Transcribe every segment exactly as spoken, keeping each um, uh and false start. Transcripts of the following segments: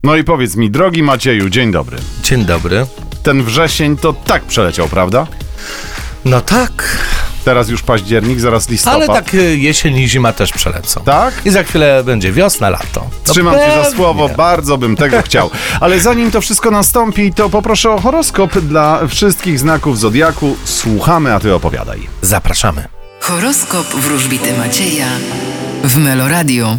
No i powiedz mi, drogi Macieju, dzień dobry. Dzień dobry. Ten wrzesień to tak przeleciał, prawda? No tak. Teraz już październik, zaraz listopad. Ale tak jesień i zima też przelecą. Tak? I za chwilę będzie wiosna, lato. No Trzymam pewnie. cię za słowo, bardzo bym tego chciał. Ale zanim to wszystko nastąpi, to poproszę o horoskop dla wszystkich znaków zodiaku. Słuchamy, a ty opowiadaj. Zapraszamy. Horoskop wróżbity Macieja w Meloradio.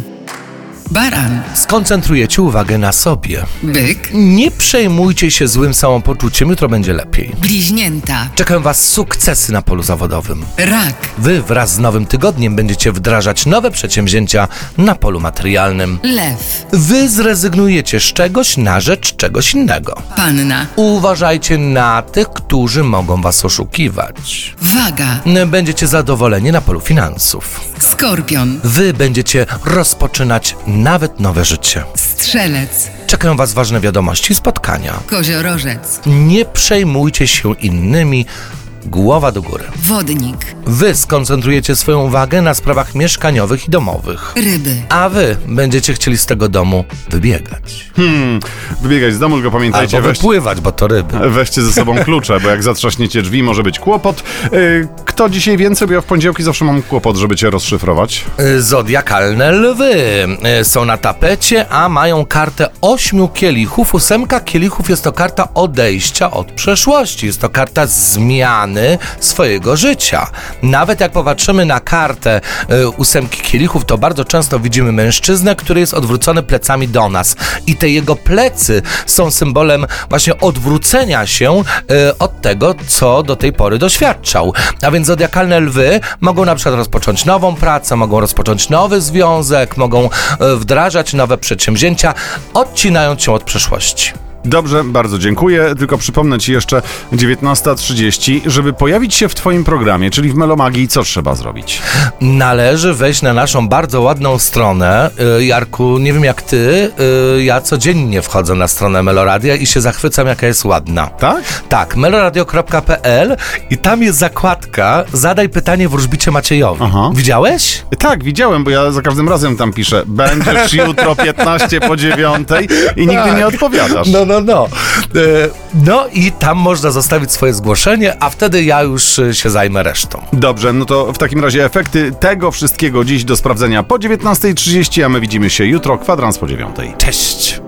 Baran, Skoncentrujecie uwagę na sobie. byk, Nie przejmujcie się złym samopoczuciem, jutro będzie lepiej. bliźnięta, Czekają was sukcesy na polu zawodowym. rak, Wy wraz z nowym tygodniem będziecie wdrażać nowe przedsięwzięcia na polu materialnym. lew, Wy zrezygnujecie z czegoś na rzecz czegoś innego. panna, Uważajcie na tych, którzy mogą was oszukiwać. waga, Będziecie zadowoleni na polu finansów. skorpion, Wy będziecie rozpoczynać nawet nowe życie. strzelec, Czekają was ważne wiadomości i spotkania. koziorożec, Nie przejmujcie się innymi. Głowa do góry. wodnik, Wy skoncentrujecie swoją uwagę na sprawach mieszkaniowych i domowych. ryby, A wy będziecie chcieli z tego domu wybiegać. Hmm, wybiegać z domu, tylko pamiętajcie, Albo weź, wypływać, bo to ryby. weźcie ze sobą klucze, bo jak zatrzaśniecie drzwi, może być kłopot. Yy, Kto dzisiaj więcej, bo ja w poniedziałki zawsze mam kłopot, żeby cię rozszyfrować. Zodiakalne lwy y, są na tapecie, a mają kartę ośmiu kielichów. Ósemka kielichów jest to karta odejścia od przeszłości. Jest to karta zmiany swojego życia. Nawet jak popatrzymy na kartę y, ósemki kielichów, to bardzo często widzimy mężczyznę, który jest odwrócony plecami do nas. I te jego plecy są symbolem właśnie odwrócenia się y, od tego, co do tej pory doświadczał. A więc zodiakalne lwy mogą na przykład rozpocząć nową pracę, mogą rozpocząć nowy związek, mogą y, wdrażać nowe przedsięwzięcia, odcinając się od przeszłości. Dobrze, bardzo dziękuję. Tylko przypomnę ci jeszcze dziewiętnasta trzydzieści, żeby pojawić się w twoim programie, czyli w Melomagii, co trzeba zrobić? Należy wejść na naszą bardzo ładną stronę. Y, Jarku, nie wiem jak ty, y, ja codziennie wchodzę na stronę Meloradia i się zachwycam, jaka jest ładna. Tak? Tak, meloradio kropka p l i tam jest zakładka Zadaj pytanie wróżbicie Maciejowi. Aha. Widziałeś? Tak, widziałem, bo ja za każdym razem tam piszę, będziesz jutro piętnaście po dziewiątej i nigdy Tak. nie odpowiadasz. No, no, no. E, No i tam można zostawić swoje zgłoszenie, a wtedy ja już e, się zajmę resztą. Dobrze, no to w takim razie efekty tego wszystkiego dziś do sprawdzenia po dziewiętnasta trzydzieści, a my widzimy się jutro, kwadrans po dziewiątej. Cześć!